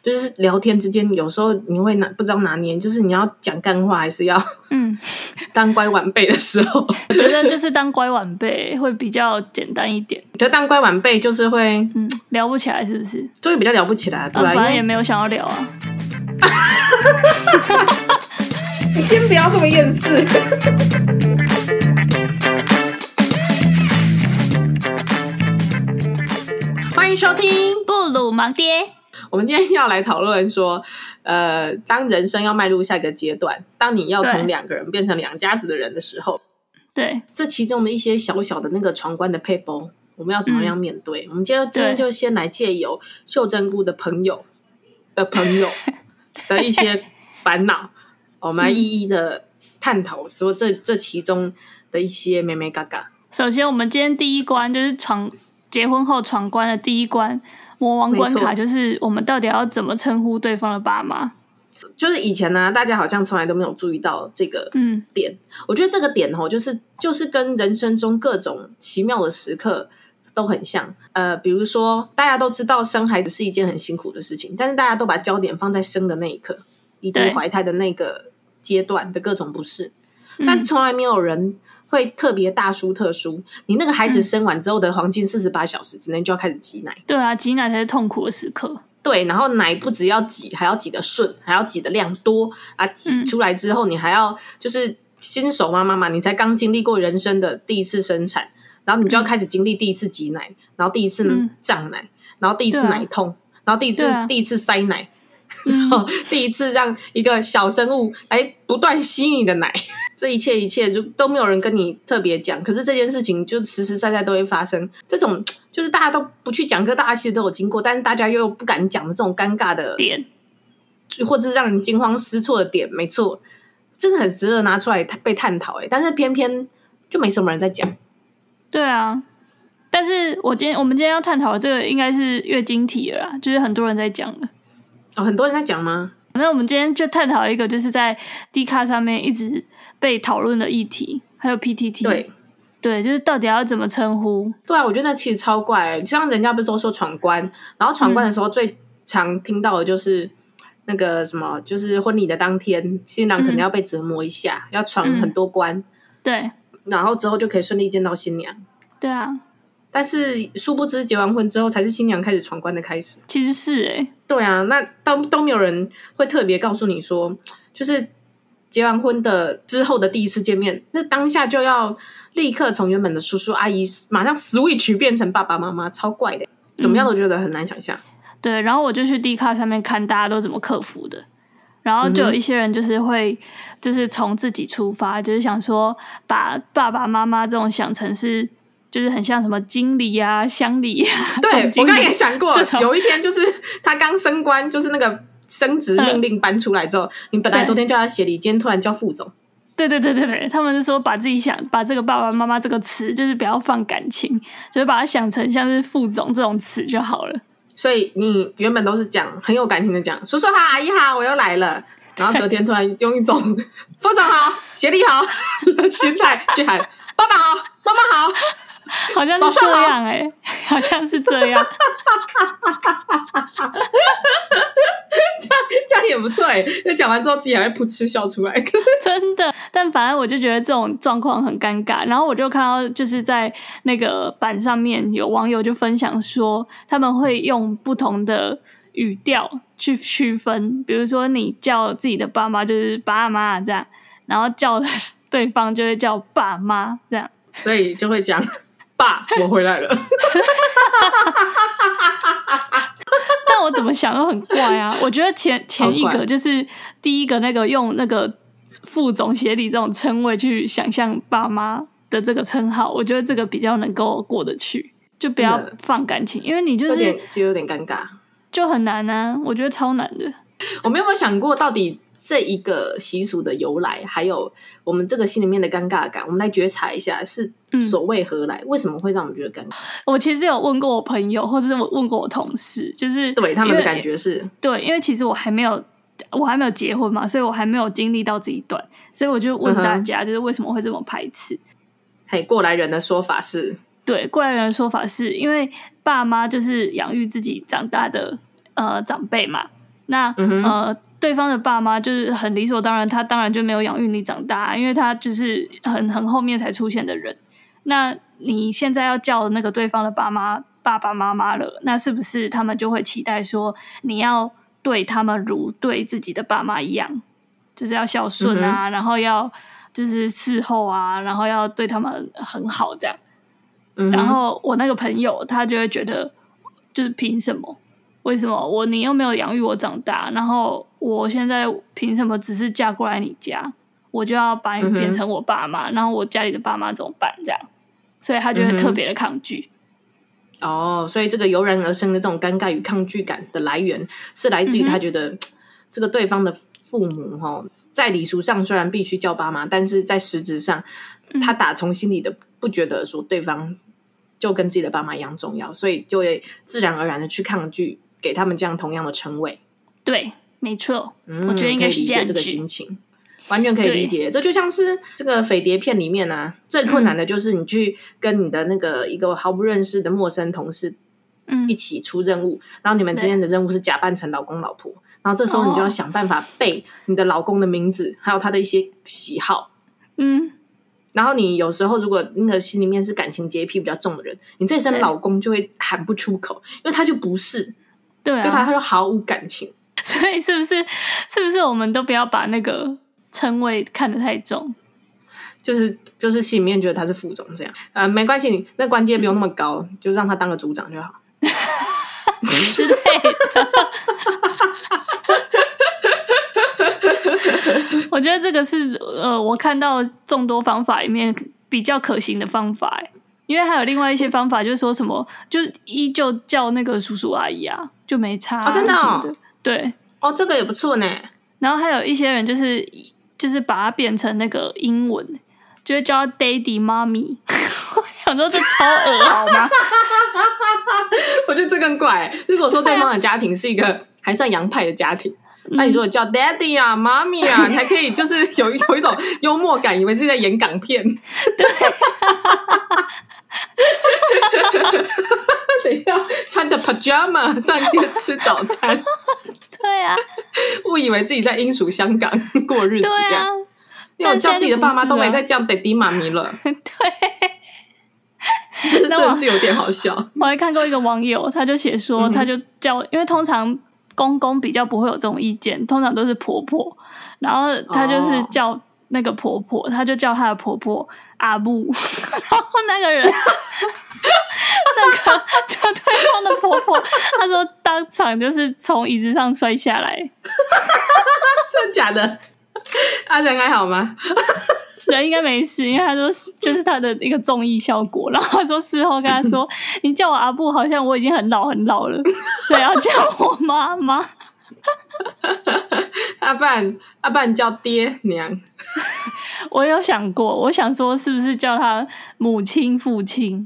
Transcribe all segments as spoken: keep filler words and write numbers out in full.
就是聊天之间有时候你会拿不知道拿捏，就是你要讲干话还是要嗯当乖晚辈的时候， 我觉得就是当乖晚辈会比较简单一点。 我觉得当乖晚辈就是会嗯聊不起来，是不是？ 就会比较聊不起来，对吧、啊？ 反正也没有想要聊啊。 你先不要这么厌世。欢迎收听布鲁盲爹。 我们今天要来讨论说，呃，当人生要迈入下一个阶段，当你要从两个人变成两家子的人的时候， 对， 这其中的一些小小的那个闯关的撇步，我们要怎么样面对？嗯、我们今天今天就先来借由秀珍菇的朋友的朋友的一些烦恼，我们来一一的探讨说这这其中的一些眉眉角角。 首先，我们今天第一关就是闯结婚后闯关的第一关。魔王关卡就是我们到底要怎么称呼对方的爸妈？ 就是以前呢、啊，大家好像从来都没有注意到这个点。嗯、我觉得这个点哦，就是就是跟人生中各种奇妙的时刻都很像。呃，比如说大家都知道生孩子是一件很辛苦的事情，但是大家都把焦点放在生的那一刻，以及怀胎的那个阶段的各种不适，但从来没有人会特别大书特书，你那个孩子生完之后的黄金四十八小时之内就要开始挤奶。 对啊，挤奶才是痛苦的时刻。 对，然后奶不只要挤，还要挤得顺，还要挤的量多啊！挤出来之后，你还要就是新手妈妈嘛，你才刚经历过人生的第一次生产，然后你就要开始经历第一次挤奶，然后第一次胀奶，然后第一次奶痛，然后第一次、啊、第一次塞奶。然后第一次让一个小生物来不断吸你的奶，这一切一切就都没有人跟你特别讲，可是这件事情就实实在在都会发生。这种就是大家都不去讲，可大家其实都有经过，但是大家又不敢讲的这种尴尬的点， 或者是让人惊慌失措的点，没错，这个很值得拿出来被探讨、欸。但是偏偏就没什么人在讲。 对啊，但是我今天我们今天要探讨的这个应该是月经题了啦，就是很多人在讲了。 哦，很多人在讲吗？ 那我们今天就探讨一个就是在 D 卡上面一直被讨论的议题，还有 P T T。对对，就是到底要怎么称呼？ 对啊，我觉得那其实超怪、欸。像人家不是都说闯关，然后闯关的时候最常听到的就是那个什么，就是婚礼的当天，新郎可能要被折磨一下，嗯、要闯很多关、嗯。 对， 然后之后就可以顺利见到新娘。 对啊。 但是殊不知结完婚之后才是新娘开始闯关的开始。 其实是哎、欸， 对啊，那都都没有人会特别告诉你说，就是结完婚的之后的第一次见面，那当下就要立刻从原本的叔叔阿姨马上 switch 变成爸爸妈妈，超怪的，怎么样都觉得很难想象、嗯。 对，然后我就去 D 卡上面看大家都怎么克服的，然后就有一些人就是会就是从自己出发，就是想说把爸爸妈妈这种想成是。就是很像什么经理啊、乡里啊， 对我刚才也想过，有一天就是他刚升官，就是那个升职命令搬出来之后，嗯、你本来昨天叫他协理，今天突然叫副总。 对对对对对，他们是说把自己想把这个爸爸妈妈这个词，就是不要放感情，就是把它想成像是副总这种词就好了。 所以你原本都是讲很有感情的讲，叔叔好，阿姨好，我又来了，然后隔天突然用一种副总好、协理好的心态去喊爸爸好、妈妈好。 好像是这样哎、欸，好像是这样， 这样这样也不错哎、欸。那讲完之后自己还会噗嗤笑出来， 真的。但反正我就觉得这种状况很尴尬。然后我就看到就是在那个版上面有网友就分享说，他们会用不同的语调去区分，比如说你叫自己的爸妈就是爸妈这样，然后叫对方就会叫爸妈这样， 所以就会讲。爸，我回来了。 但我怎么想都很怪啊！我觉得前前一个就是第一个那个用那个副总协理这种称谓去想象爸妈的这个称号，我觉得这个比较能够过得去，就不要放感情，因为你就是有点就有点尴尬， 就很难啊！我觉得超难的。 我们有没有想过到底？这一个习俗的由来，还有我们这个心里面的尴尬感，我们来觉察一下是所谓何来、嗯、为什么会让我们觉得尴尬。 我其实有问过我朋友，或者是我问过我同事，就是对他们的感觉是对，因为其实我还没有我还没有结婚嘛，所以我还没有经历到这一段，所以我就问大家、嗯、就是为什么会这么排斥。 嘿，过来人的说法是对过来人的说法是因为爸妈就是养育自己长大的呃长辈嘛， 那、嗯、呃，对方的爸妈就是很理所当然，他当然就没有养育你长大，因为他就是很很后面才出现的人。那你现在要叫那个对方的爸妈爸爸妈妈了，那是不是他们就会期待说你要对他们如对自己的爸妈一样，就是要孝顺啊、嗯、然后要就是伺候啊，然后要对他们很好这样、嗯、然后我那个朋友他就会觉得就是凭什么，为什么我你又没有养育我长大，然后我现在凭什么只是嫁过来你家我就要把你变成我爸妈、嗯、然后我家里的爸妈怎么办这样，所以他就会特别的抗拒、 嗯、哦，所以这个油然而生的这种尴尬与抗拒感的来源是来自于他觉得、嗯、这个对方的父母、哦、在礼俗上虽然必须叫爸妈，但是在实质上他打从心里的不觉得说对方就跟自己的爸妈一样重要，所以就会自然而然的去抗拒给他们这样同样的称谓。 对，没错、嗯、我觉得应该是这样子，可以理解这个心情，完全可以理解。这就像是这个匪谍片里面啊，最困难的就是你去跟你的那个一个毫不认识的陌生同事一起出任务、嗯、然后你们今天的任务是假扮成老公老婆，然后这时候你就要想办法背你的老公的名字、哦、还有他的一些喜好。嗯，然后你有时候如果那个心里面是感情洁癖比较重的人，你这一声老公就会喊不出口，因为他就不是，对啊，对他他就毫无感情。所以是不是是不是我们都不要把那个称谓看得太重， 就是就是心里面觉得他是副总这样，呃，没关系，你那官阶不用那么高、嗯、就让他当个组长就好之类的我觉得这个是呃，我看到众多方法里面比较可行的方法，因为还有另外一些方法就是说什么就依旧叫那个叔叔阿姨啊，就没差、啊哦、真的哦， 对哦，这个也不错呢。 然后还有一些人就是就是把它变成那个英文，就会叫他 Daddy Mommy 我想说这超恶好吗我觉得这更怪，如果说对方的家庭是一个还算洋派的家庭，那你说叫 Daddy 啊 Mommy 啊，你还可以就是有一有一种幽默感，以为自己在演港片。 对等一下穿着 pajama 上街吃早餐对啊， 误以为自己在英属香港过日子这样、啊、因为我叫自己的爸妈都没再叫 Daddy Mommy 了对，真的是有点好笑。 我还看过一个网友，他就写说他就叫、嗯、因为通常公公比较不会有这种意见，通常都是婆婆，然后他就是叫那个婆婆、哦、他就叫他的婆婆阿布然后那个人那个就对方的婆婆他说当场就是从椅子上摔下来真的假的？他、啊、人还好吗？ 人应该没事，因为他说就是他的一个综艺效果，然后他说事后跟他说你叫我阿布好像我已经很老很老了，所以要叫我妈妈阿不然阿不然叫爹娘我有想过，我想说是不是叫他母亲父亲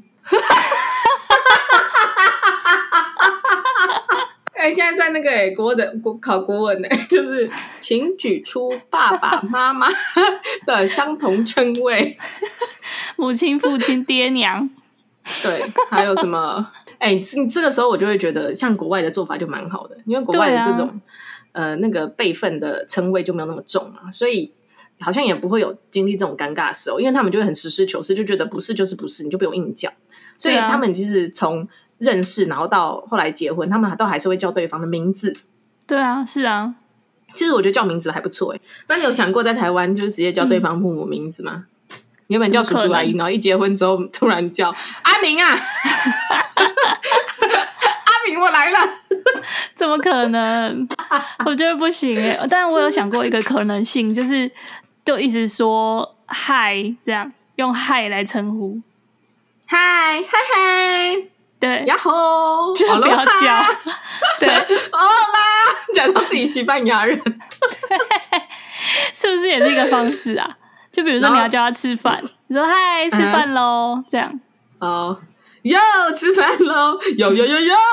哎、欸，现在在那个哎、欸、国的国考国文哎、欸，就是请举出爸爸妈妈的相同称谓， 母亲、父亲、爹娘， 对，还有什么？哎、欸，这个时候我就会觉得，像国外的做法就蛮好的，因为国外的这种、啊、呃那个辈分的称谓就没有那么重嘛，所以好像也不会有经历这种尴尬的时候，因为他们就会很实事求是，就觉得不是就是不是，你就不用硬叫，所以他们其实从认识然后到后来结婚，他们都还是会叫对方的名字。 对啊，是啊， 其实我觉得叫名字还不错耶。那你有想过在台湾就是直接叫对方父母名字吗？嗯、原本叫叔叔阿姨，然后一结婚之后突然叫阿明啊阿明我来了怎么可能我觉得不行耶。但我有想过一个可能性，就是就一直说嗨，这样用嗨来称呼， 嗨嗨嗨， 对， 呀吼， 就不要叫对哦啦，讲到自己西班牙人对，是不是也是一个方式啊？就比如说你要叫他吃饭，你说嗨吃饭咯、嗯、这样哦，哟吃饭咯，哟哟哟哟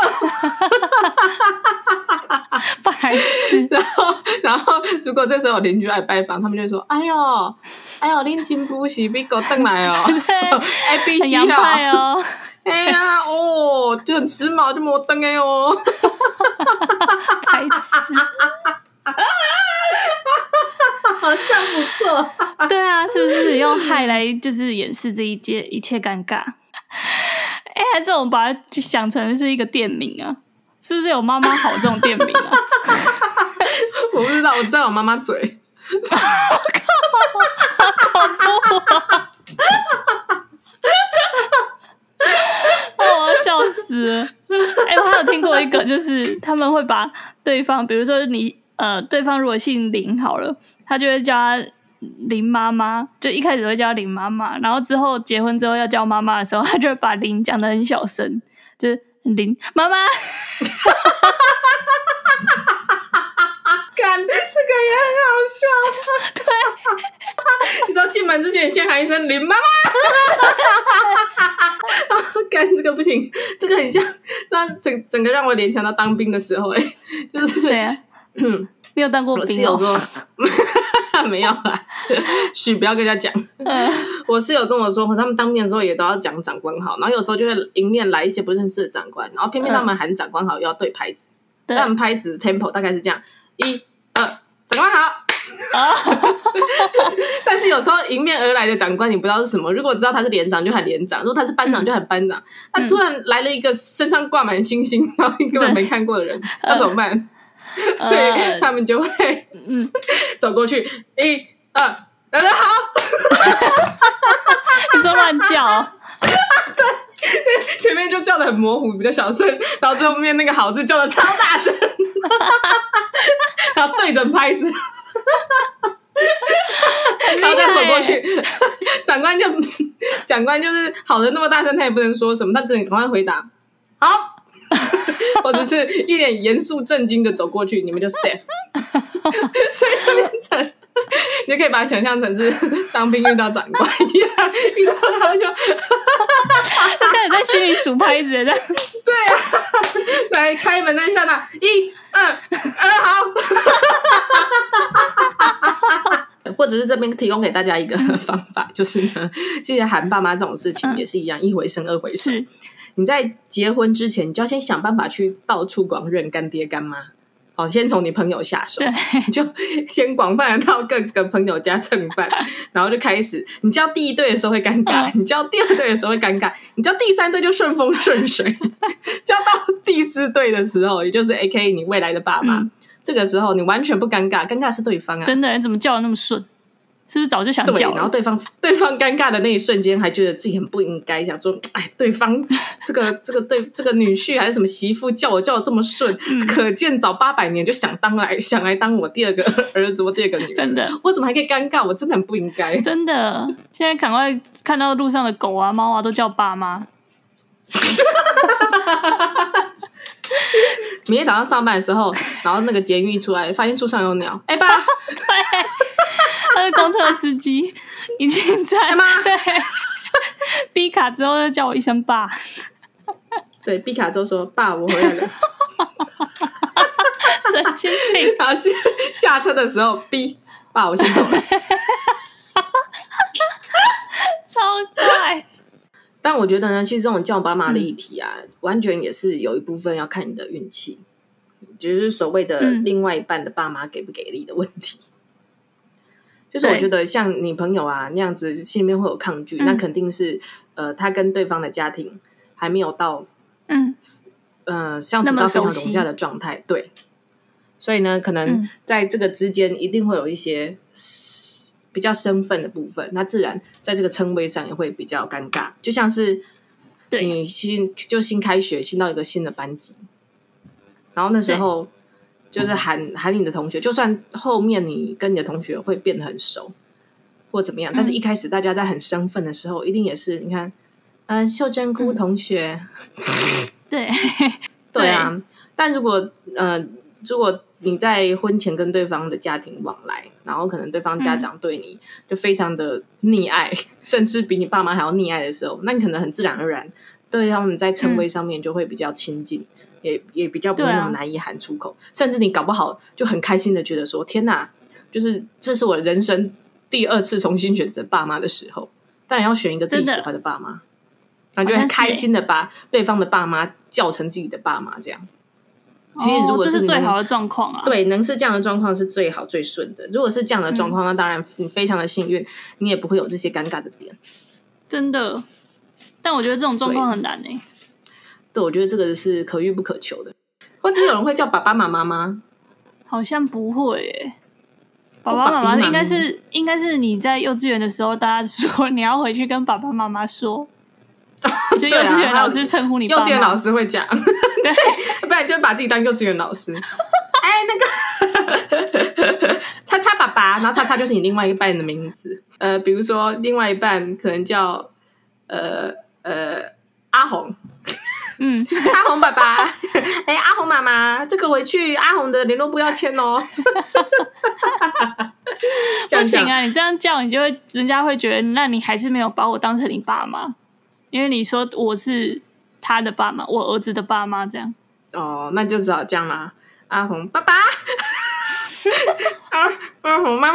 白痴然后然后如果这时候有邻居来拜访，他们就会说哎呦哎呦恁亲夫是美国回来哦对 A B C 很洋派哦哎呀，哦，就很时髦，就摩登哎哦， 白痴。 好像不错。 对啊，是不是用害来就是掩饰这一切一切尴尬？哎，还是我们把它想成是一个店名啊？是不是有妈妈好这种店名啊？ 我不知道，我知道我妈妈嘴。 好恐怖啊！哦，我要笑死了！哎、欸，我还有听过一个，就是他们会把对方，比如说你呃，对方如果姓林好了，他就会叫他林妈妈，就一开始会叫他林妈妈，然后之后结婚之后要叫妈妈的时候，他就会把林讲得很小声，就是林妈妈。 看这个也很好笑。对，你知道进门之前先喊一声林妈妈。干这个不行，这个很像，那整整个让我联想到当兵的时候、欸，哎，就是对啊，你有当过兵哦？ 我室友说没有啦，嘘，不要跟人家讲。嗯、我室友跟我说，他们当兵的时候也都要讲长官好，然后有时候就会迎面来一些不认识的长官，然后偏偏他们喊长官好又要对拍子，嗯、他们拍子 tempo 大概是这样，一二，长官好。但是有时候迎面而来的长官你不知道是什么，如果知道他是连长就喊连长，如果他是班长就喊班长。他、嗯、突然来了一个身上挂满星星然后你根本没看过的人，那怎么办？呃、所以他们就会嗯走过去，一二，大家好。 你说乱叫？ 对，前面就叫得很模糊，比较小声，然后最后面那个好字叫得超大声，然后对准拍子。然后再走过去，长官就长官就是好的那么大声，他也不能说什么，他只能赶快回答好，或者是一脸严肃震惊的走过去，你们就 safe。所以就变成，你就可以把它想象成是当兵遇到长官一样，遇到他就他开始在心里数拍子的。对啊，来开门那下那一二二好。或者是这边提供给大家一个方法，就是呢，其实喊爸妈这种事情也是一样，嗯、一回生二回熟。你在结婚之前，你就要先想办法去到处广认干爹干妈。好，先从你朋友下手，你就先广泛的到各个朋友家蹭饭，然后就开始，你叫第一对的时候会尴尬，嗯、你叫第二对的时候会尴尬，你叫第三对就顺风顺水，叫到第四对的时候，也就是 A K A 你未来的爸妈。嗯，这个时候你完全不尴尬，尴尬是对方啊！ 真的，你怎么叫的那么顺？是不是早就想叫了？ 对，然后对方对方尴尬的那一瞬间，还觉得自己很不应该，想说，哎，对方这个这个对这个女婿还是什么媳妇叫我叫的这么顺，嗯、可见早八百年就想当来想来当我第二个儿子或第二个女儿。真的，我怎么还可以尴尬？我真的很不应该。 真的，现在赶快看到路上的狗啊、猫啊都叫爸妈。 明天早上上班的时候，然后那个捷运一出来，发现树上有鸟，哎、欸、爸， 对，他是公车司机，已经在妈， 对，B 卡之后就叫我一声爸， 对 ，B 卡之后说爸，我回来了， 神经病， 然后下车的时候 B 爸，我先走了， 超怪。 但我觉得呢，其实这种叫爸妈的议题啊、嗯，完全也是有一部分要看你的运气，就是所谓的另外一半的爸妈给不给力的问题。嗯、就是我觉得像你朋友啊那样子，心里面会有抗拒，那肯定是呃，他跟对方的家庭还没有到嗯呃相处到非常融洽的状态，对。所以呢，可能在这个之间一定会有一些比较身份的部分，那自然在这个称谓上也会比较尴尬。就像是你新就新开学，新到一个新的班级，然后那时候就是喊喊你的同学，就算后面你跟你的同学会变得很熟或怎么样，但是一开始大家在很生分的时候，一定也是你看，嗯、呃，秀珍菇同学， 嗯、对对啊。但如果呃，如果你在婚前跟对方的家庭往来，然后可能对方家长对你就非常的溺爱、嗯、甚至比你爸妈还要溺爱的时候，那你可能很自然而然对他们在称谓上面就会比较亲近、嗯、也也比较不会那么难以喊出口、啊、甚至你搞不好就很开心的觉得说天哪，就是这是我人生第二次重新选择爸妈的时候，当然要选一个自己喜欢的爸妈。 然后就会开心的把对方的爸妈叫成自己的爸妈，这样。其实如果是、 哦、这是最好的状况啊。 对，能是这样的状况是最好最顺的。如果是这样的状况、嗯、那当然你非常的幸运，你也不会有这些尴尬的点。 真的，但我觉得这种状况很难诶、欸。 对，我觉得这个是可遇不可求的。或者有人会叫爸爸妈妈吗？ 好像不会耶、欸。爸爸妈妈应该是应该是你在幼稚园的时候，大家说你要回去跟爸爸妈妈说。就幼稚园老师称呼你爸妈， 幼稚园老师会讲，对，不然就把自己当幼稚园老师。哎，那个叉叉爸爸，然后叉叉就是你另外一半的名字。呃，比如说另外一半可能叫呃呃阿红，嗯，阿红爸爸，哎，阿红妈妈，这个回去阿红的联络簿要签哦。 不行啊，你这样叫，你就会人家会觉得，那你还是没有把我当成你爸妈。因为你说我是他的爸妈，我儿子的爸妈这样。 哦，那就只好这样啦。阿红爸爸，阿阿红妈妈。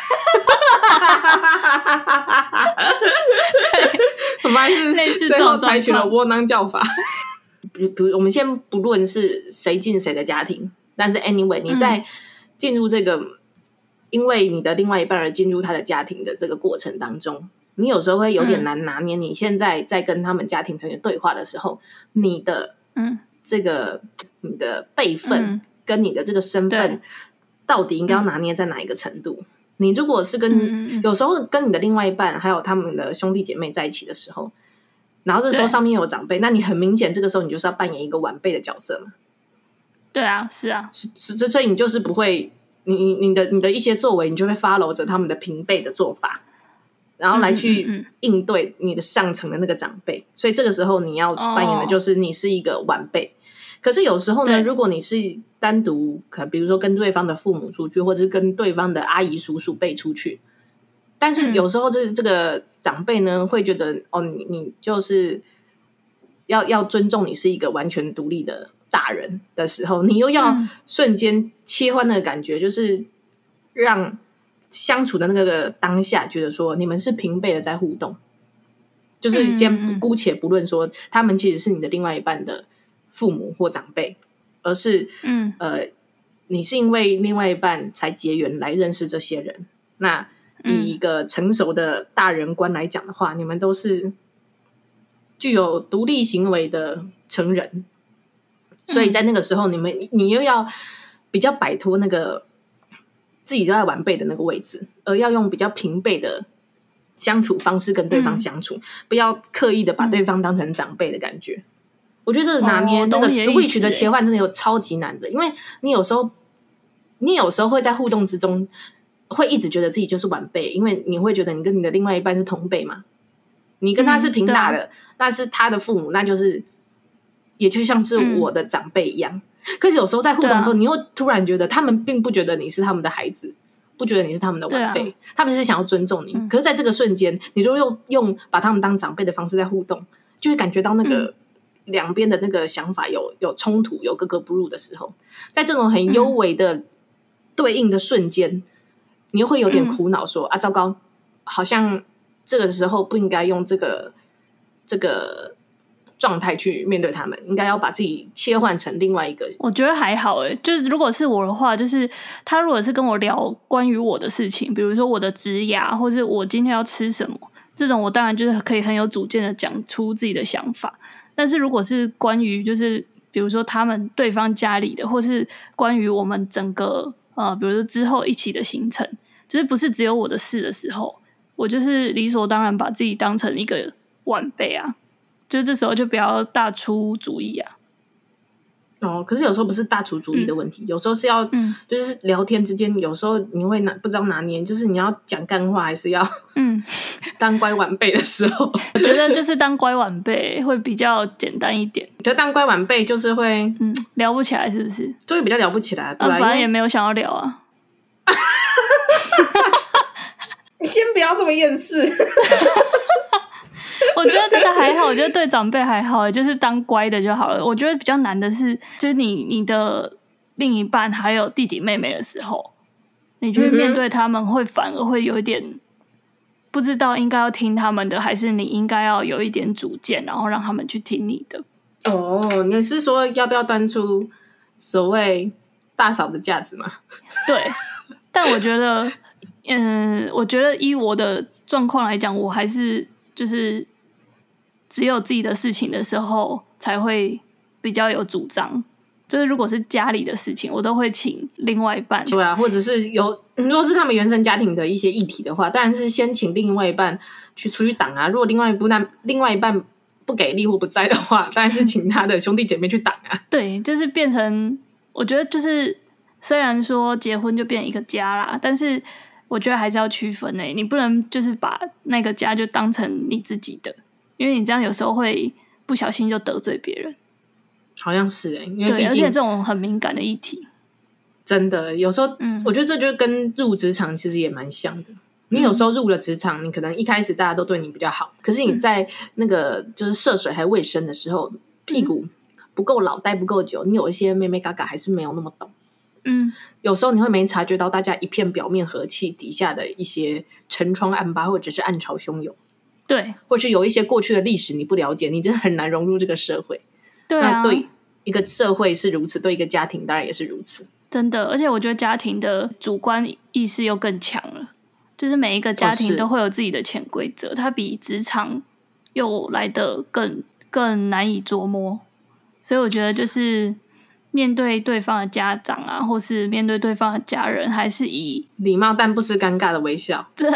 对，我们还是最后采取了窝囊叫法。不，我们先不论是谁进谁的家庭，但是 anyway， 你在进入这个、嗯、因为你的另外一半而进入他的家庭的这个过程当中。你有时候会有点难拿捏，你现在在跟他们家庭成员对话的时候，你的这个你的辈分跟你的这个身份到底应该要拿捏在哪一个程度？你如果是跟有时候跟你的另外一半还有他们的兄弟姐妹在一起的时候，然后这时候上面有长辈，那你很明显这个时候你就是要扮演一个晚辈的角色嘛？ 对啊，是啊， 所以你就是不会，你你的你的一些作为，你就会 follow 着他们的平辈的做法。然后来去应对你的上层的那个长辈、嗯嗯嗯、所以这个时候你要扮演的就是你是一个晚辈、哦、可是有时候呢，如果你是单独可比如说跟对方的父母出去，或者是跟对方的阿姨叔叔辈出去，但是有时候这这个长辈呢会觉得哦，你你就是要要尊重你是一个完全独立的大人的时候，你又要瞬间切换那个感觉、嗯、就是让相处的那个当下觉得说你们是平辈的在互动，就是先姑且不论说他们其实是你的另外一半的父母或长辈，而是嗯呃你是因为另外一半才结缘来认识这些人，那以一个成熟的大人观来讲的话，你们都是具有独立行为的成人，所以在那个时候你们你又要比较摆脱那个自己在晚辈的那个位置，而要用比较平辈的相处方式跟对方相处、嗯、不要刻意的把对方当成长辈的感觉、嗯、我觉得这个拿捏、哦、那个 switch 的切换真的有超级难的，因为你有时候你有时候会在互动之中会一直觉得自己就是晚辈，因为你会觉得你跟你的另外一半是同辈嘛，你跟他是平大的、嗯、但是他的父母那就是也就像是我的长辈一样、嗯，可是有时候在互动的时候、啊、你又突然觉得他们并不觉得你是他们的孩子，不觉得你是他们的晚辈、啊、他们是想要尊重你、嗯、可是在这个瞬间你就用用把他们当长辈的方式在互动，就会感觉到那个两边的那个想法有有冲突有格格不入的时候，在这种很幽微的对应的瞬间、嗯、你又会有点苦恼说、嗯、啊糟糕，好像这个时候不应该用这个这个状态去面对他们，应该要把自己切换成另外一个。 我觉得还好诶，就是如果是我的话，就是他如果是跟我聊关于我的事情，比如说我的职涯，或是我今天要吃什么，这种我当然就是可以很有主见的讲出自己的想法。但是如果是关于就是比如说他们对方家里的，或是关于我们整个呃，比如说之后一起的行程，就是不是只有我的事的时候，我就是理所当然把自己当成一个晚辈啊，就这时候就不要大出主意啊。 哦，可是有时候不是大出主意的问题、嗯、有时候是要、嗯、就是聊天之间有时候你会拿不知道拿捏，就是你要讲干话还是要嗯当乖晚辈的时候我觉得就是当乖晚辈会比较简单一点。 我觉得当乖晚辈就是会嗯聊不起来，是不是就会比较聊不起来，对吧、啊？ 反正也没有想要聊啊你先不要这么厌世我觉得这个还好，我觉得对长辈还好，就是当乖的就好了。我觉得比较难的是就是你你的另一半还有弟弟妹妹的时候，你就会面对他们会反而会有一点不知道应该要听他们的，还是你应该要有一点主见，然后让他们去听你的。 哦，你是说要不要端出所谓大嫂的架子吗？ 对，但我觉得，嗯，我觉得依我的状况来讲，我还是就是只有自己的事情的时候才会比较有主张。就是如果是家里的事情，我都会请另外一半。 对啊，或者是有如果是他们原生家庭的一些议题的话，当然是先请另外一半去出去挡啊。如果另外一半另外一半不给力或不在的话，当然是请他的兄弟姐妹去挡啊。 对，就是变成我觉得就是虽然说结婚就变一个家啦，但是我觉得还是要区分欸，你不能就是把那个家就当成你自己的，因为你这样有时候会不小心就得罪别人。 好像是哎、欸，因为对， 毕竟而且这种很敏感的议题， 真的有时候、 嗯、 我觉得这就跟入职场其实也蛮像的。你有时候入了职场，你可能一开始大家都对你比较好，可是你在那个就是涉水还未深的时候，屁股不够老，待不够久，你有一些妹妹嘎嘎还是没有那么懂。 嗯， 有时候你会没察觉到大家一片表面和气底下的一些陈疮暗疤，或者是暗潮汹涌。 对， 或是有一些过去的历史你不了解，你真的很难融入这个社会。 对啊， 那对一个社会是如此，对一个家庭当然也是如此。 真的，而且我觉得家庭的主观意识又更强了，就是每一个家庭都会有自己的潜规则，哦、它比职场又来得更更难以琢磨。所以我觉得就是面对对方的家长啊，或是面对对方的家人，还是以礼貌但不失尴尬的微笑。 对，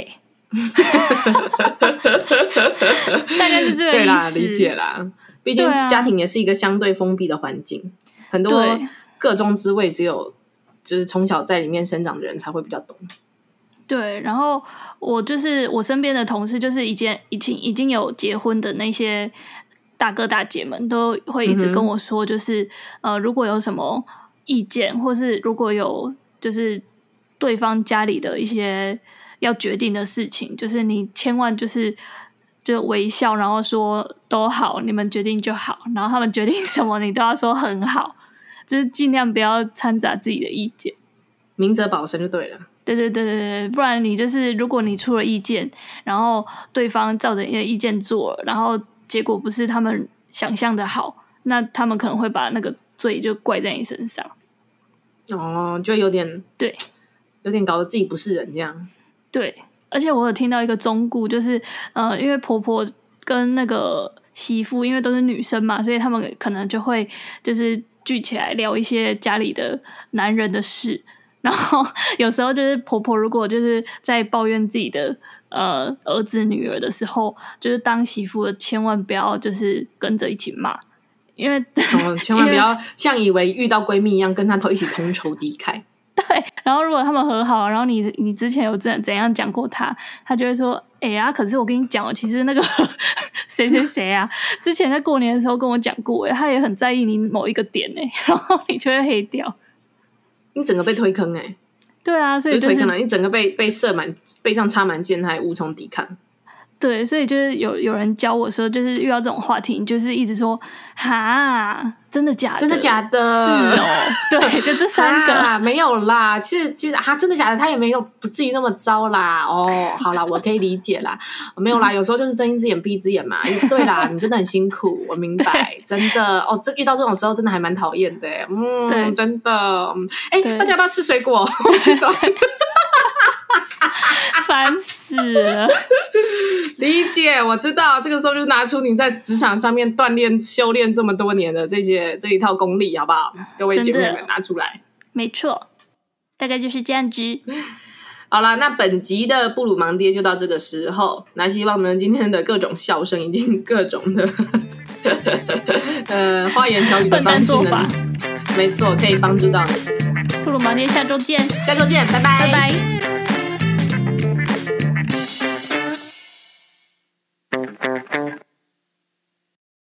大概是这个意思。 对啦，理解啦。毕竟家庭也是一个相对封闭的环境，啊、很多各中滋味只有就是从小在里面生长的人才会比较懂。 对，然后我就是我身边的同事，就是已经已经已经有结婚的那些大哥大姐们，都会一直跟我说，就是、嗯、呃，如果有什么意见，或是如果有就是对方家里的一些要决定的事情，就是你千万就是就微笑，然后说都好，你们决定就好，然后他们决定什么你都要说很好，就是尽量不要掺杂自己的意见， 明哲保身就对了。 对对对对对，不然你就是如果你出了意见，然后对方照着你的意见做了，然后结果不是他们想象的好，那他们可能会把那个罪就怪在你身上。 哦，就有点对， 有点搞得自己不是人这样。 对，而且我有听到一个忠告，就是呃，因为婆婆跟那个媳妇，因为都是女生嘛，所以他们可能就会就是聚起来聊一些家里的男人的事。然后有时候就是婆婆如果就是在抱怨自己的呃儿子女儿的时候，就是当媳妇的千万不要就是跟着一起骂，因为、 哦、千万不要像以为遇到闺蜜一样跟她一起同仇敌忾。 对，然后如果他们和好，然后你你之前有怎怎样讲过他，他就会说，哎、欸、呀，可是我跟你讲哦，其实那个谁谁谁啊，之前在过年的时候跟我讲过，他也很在意你某一个点哎，然后你就会黑掉。 你整个被推坑哎、欸， 对啊，所以就是推坑了，你整个被被射满背上插满箭，还无从抵抗。对， 所以就是有有人教我说，就是遇到这种话题，你就是一直说哈，真的假的？ 真的假的？ 是哦，对，就这三个、 啊、没有啦。其实其实哈，真的假的？他也没有不至于那么糟啦。哦，好啦，我可以理解啦。没有啦，有时候就是睁一只眼闭一只眼嘛。对啦，你真的很辛苦，我明白，真的哦。这遇到这种时候真的还蛮讨厌的，嗯，对，真的。哎、欸，大家要不要吃水果？ 烦死了！ 理解，我知道，这个时候就拿出你在职场上面锻炼、修炼这么多年的这些这一套功力，好不好？各位姐妹们，拿出来。 没错，大概就是这样子。 好啦，那本集的布鲁盲爹就到这个时候。那希望呢，今天的各种笑声以及各种的呃花言巧语的方式呢，没错，可以帮助到你。 布鲁盲爹，下周见！ 下周见，拜拜， 拜拜。